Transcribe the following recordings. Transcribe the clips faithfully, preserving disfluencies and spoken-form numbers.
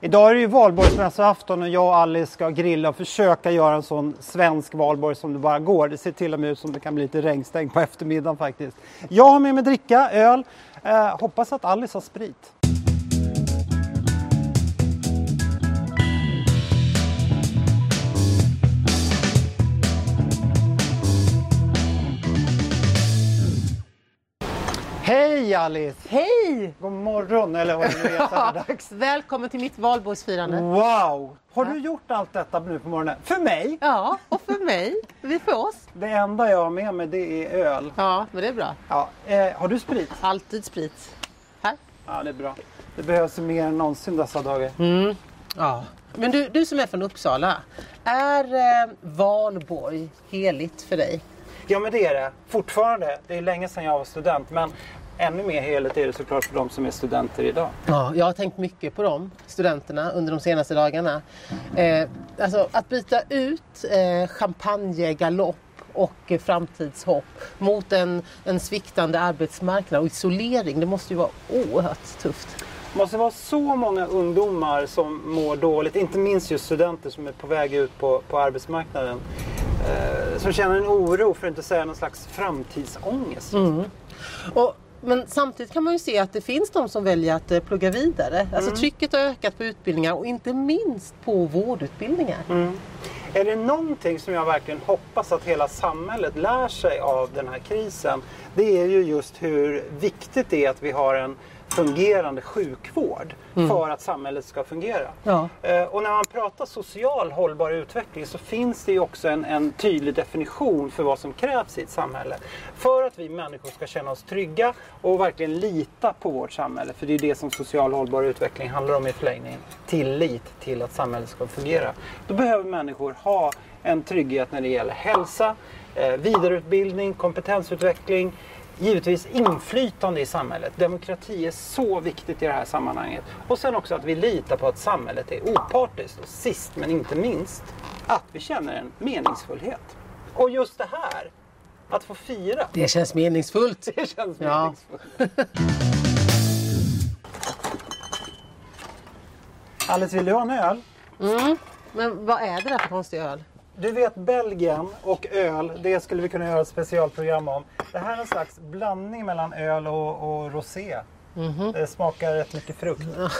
Idag är det ju valborgsmässoafton och jag och Alice ska grilla och försöka göra en sån svensk valborg som det bara går. Det ser till och med ut som det kan bli lite regnstänk på eftermiddagen faktiskt. Jag har med mig dricka, öl. Eh, hoppas att Alice har sprit. Hej Alice! Hej! God morgon, eller vad det nu är så här dags. Välkommen till mitt valborgsfirande. Wow! Har du gjort allt detta nu på morgonen? För mig? Ja, och för mig. Vi får oss. Det enda jag har med mig det är öl. Ja, men det är bra. Ja, eh, har du sprit? Alltid sprit. Här. Ja, det är bra. Det behövs mer än någonsin dessa dagar. Mm. Ja. Men du, du som är från Uppsala, är eh, valborg heligt för dig? Ja, men det är det. Fortfarande. Det är länge sedan jag var student, men ännu mer heligt är det såklart för de som är studenter idag. Ja, jag har tänkt mycket på dem, studenterna, under de senaste dagarna. Eh, alltså att byta ut eh, champagnegalopp och eh, framtidshopp mot en, en sviktande arbetsmarknad och isolering, det måste ju vara oerhört tufft. Det måste vara så många ungdomar som mår dåligt, inte minst just studenter som är på väg ut på, på arbetsmarknaden. Eh, som känner en oro, för att inte säga någon slags framtidsångest. Mm. Och, men samtidigt kan man ju se att det finns de som väljer att eh, plugga vidare. Mm. Alltså trycket har ökat på utbildningar och inte minst på vårdutbildningar. Mm. Är det någonting som jag verkligen hoppas att hela samhället lär sig av den här krisen, det är ju just hur viktigt det är att vi har en fungerande sjukvård mm. för att samhället ska fungera. Ja. Eh, och när man pratar social hållbar utveckling så finns det ju också en, en tydlig definition för vad som krävs i ett samhälle. För att vi människor ska känna oss trygga och verkligen lita på vårt samhälle. För det är det som social hållbar utveckling handlar om i förlängningen. Tillit till att samhället ska fungera. Då behöver människor ha en trygghet när det gäller hälsa, eh, vidareutbildning, kompetensutveckling. Givetvis inflytande i samhället. Demokrati är så viktigt i det här sammanhanget. Och sen också att vi litar på att samhället är opartiskt. Och sist men inte minst, att vi känner en meningsfullhet. Och just det här, att få fira. Det känns meningsfullt. Det känns ja. meningsfullt. Alice, vill du ha en öl? Mm. Men vad är det där för konstig öl? Du vet, Belgien och öl, det skulle vi kunna göra ett specialprogram om. Det här är en slags blandning mellan öl och, och rosé. Mm-hmm. Det smakar rätt mycket frukt.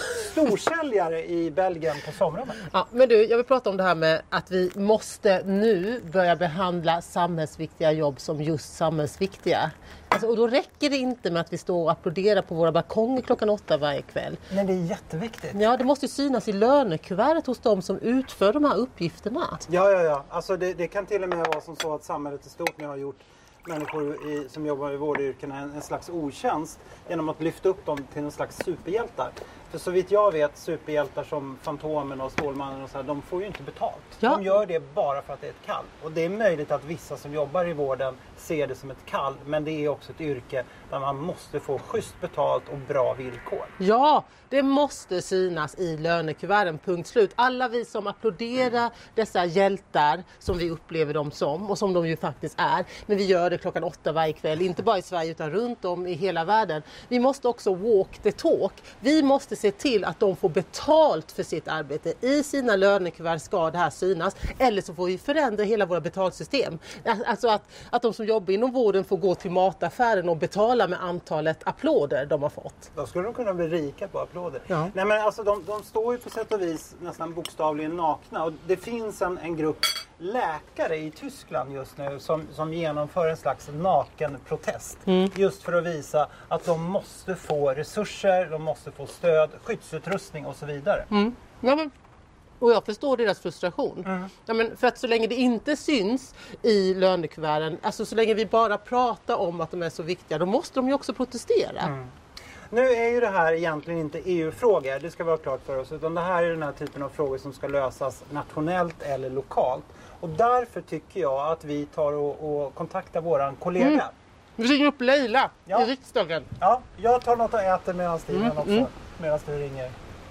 Storsäljare i Belgien på somrarna. Ja, men du, jag vill prata om det här med att vi måste nu börja behandla samhällsviktiga jobb som just samhällsviktiga. Alltså, och då räcker det inte med att vi står och applåderar på våra balkonger klockan åtta varje kväll. Men det är jätteviktigt. Ja, det måste ju synas i lönekuvertet hos de som utför de här uppgifterna. Ja, ja, ja. Alltså det, det kan till och med vara som så att samhället i stort nu har gjort människor i, som jobbar i vårdyrkena en, en slags otjänst genom att lyfta upp dem till en slags superhjältar. För så vitt jag vet, superhjältar som Fantomen och Stålmannen och så här, de får ju inte betalt. Ja. De gör det bara för att det är ett kall. Och det är möjligt att vissa som jobbar i vården ser det som ett kall, men det är också ett yrke där man måste få schysst betalt och bra villkor. Ja, det måste synas i lönekuverten, punkt slut. Alla vi som applåderar dessa hjältar som vi upplever dem som, och som de ju faktiskt är, men vi gör det klockan åtta varje kväll, inte bara i Sverige utan runt om i hela världen. Vi måste också walk the talk. Vi måste se till att de får betalt för sitt arbete. I sina lönekuvert ska det här synas, eller så får vi förändra hela våra betalsystem. Alltså att, att de som jobbar inom vården får gå till mataffären och betala med antalet applåder de har fått. Då skulle de kunna bli rika på applåder. Ja. Nej, men alltså de, de står ju på sätt och vis nästan bokstavligen nakna. Och det finns en, en grupp läkare i Tyskland just nu som, som genomför en slags naken protest. Mm. Just för att visa att de måste få resurser, de måste få stöd, skyddsutrustning och så vidare. Mm. Ja, men, och jag förstår deras frustration. Mm. Ja, men för att så länge det inte syns i lönekuverten, alltså så länge vi bara pratar om att de är så viktiga, då måste de ju också protestera. Mm. Nu är ju det här egentligen inte E U-frågor, det ska vara klart för oss, utan det här är den här typen av frågor som ska lösas nationellt eller lokalt. Och därför tycker jag att vi tar och, och kontaktar våran kollega. Mm. Vi ringer upp Leila ja. i riksdagen. Ja, jag tar något och äter medan tiden mm. också, mm. medan du ringer.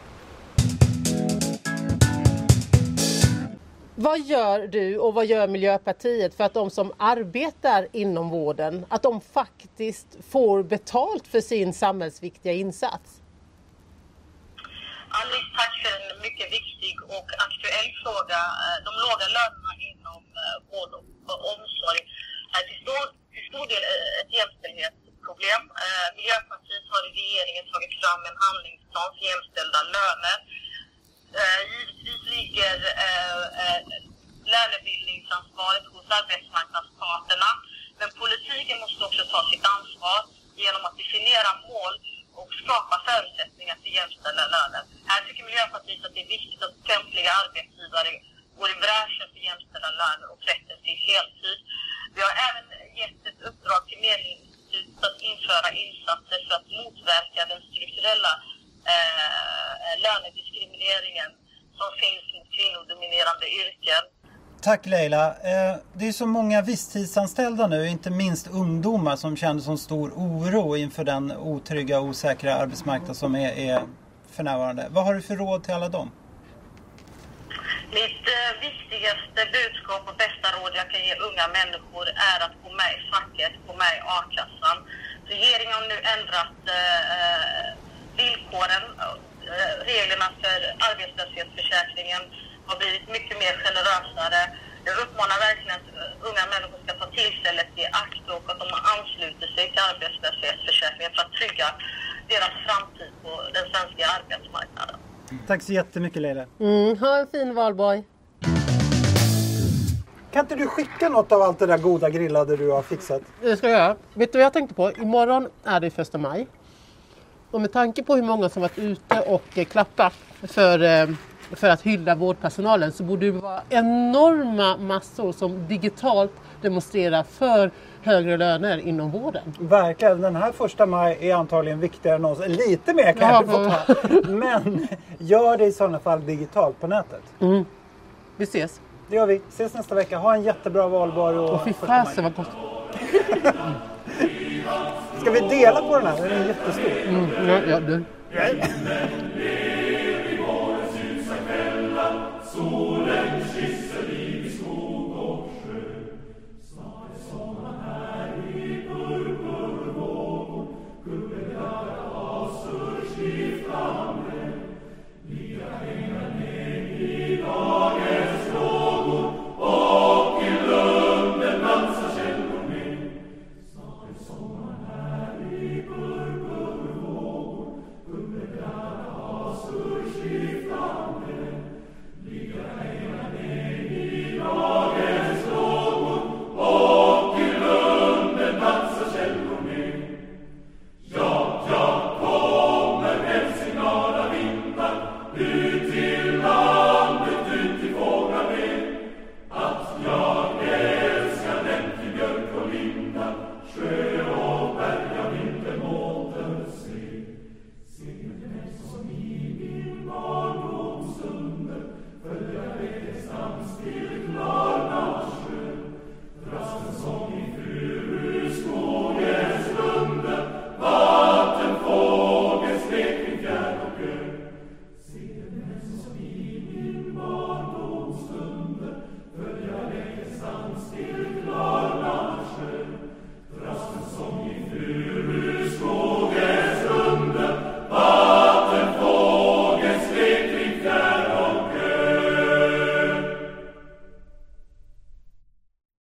Vad gör du och vad gör Miljöpartiet för att de som arbetar inom vården, att de faktiskt får betalt för sin samhällsviktiga insats? Alice, tack för en mycket och aktuell fråga. De låga lönerna inom vård och omsorg är till stor, till stor del ett jämställdhetsproblem. Miljöpartiet har i regeringen tagit fram en handlingsplan för jämställda löner. Givetvis ligger lönebildningsansvaret hos arbetsmarknadsparterna, men politiken måste också ta sitt ansvar genom att definiera mål och skapa förutsättningar för jämställda löner. Här tycker Miljöpartiet att det är viktigt att offentliga arbetsgivare går i bräschen för jämställda löner och rätten till heltid. Vi har även gett ett uppdrag till Medlingsinstitutet att införa insatser för att motverka den strukturella eh, lönediskrimineringen som finns mot kvinnodominerande yrken. Tack Leila. Det är så många visstidsanställda nu, inte minst ungdomar, som känner som stor oro inför den otrygga och osäkra arbetsmarknad som är, är för närvarande. Vad har du för råd till alla dem? Mitt viktigaste budskap och bästa råd jag kan ge unga människor är att gå med i facket, gå med i a-kassan. Regeringen har nu ändrat äh, villkoren, äh, reglerna för arbetslöshetsförsäkringen har blivit mycket mer generösare. Jag uppmanar verkligen att unga människor ska ta tillfället i akt och att de ansluter sig till arbetslöshetsförsäkringen för att trygga deras framtid på den svenska arbetsmarknaden. Tack så jättemycket Leila. Mm, ha en fin valborg. Kan inte du skicka något av allt det där goda grillade du har fixat? Det ska jag göra. Vet du vad jag tänkte på? Imorgon är det första maj. Och med tanke på hur många som varit ute och klappat för, för att hylla vårdpersonalen så borde det vara enorma massor som digitalt demonstrerar för högre löner inom vården. Verkligen, den här första maj är antagligen viktigare än någonsin. Lite mer kan jag få ta. Men gör det i sådana fall digitalt på nätet. Mm. Vi ses. Det gör vi. Ses nästa vecka. Ha en jättebra valborg. Och, och fy fasen vad gott. Ska vi dela på den här? Den är jättestor. Mm, ja, ja, du.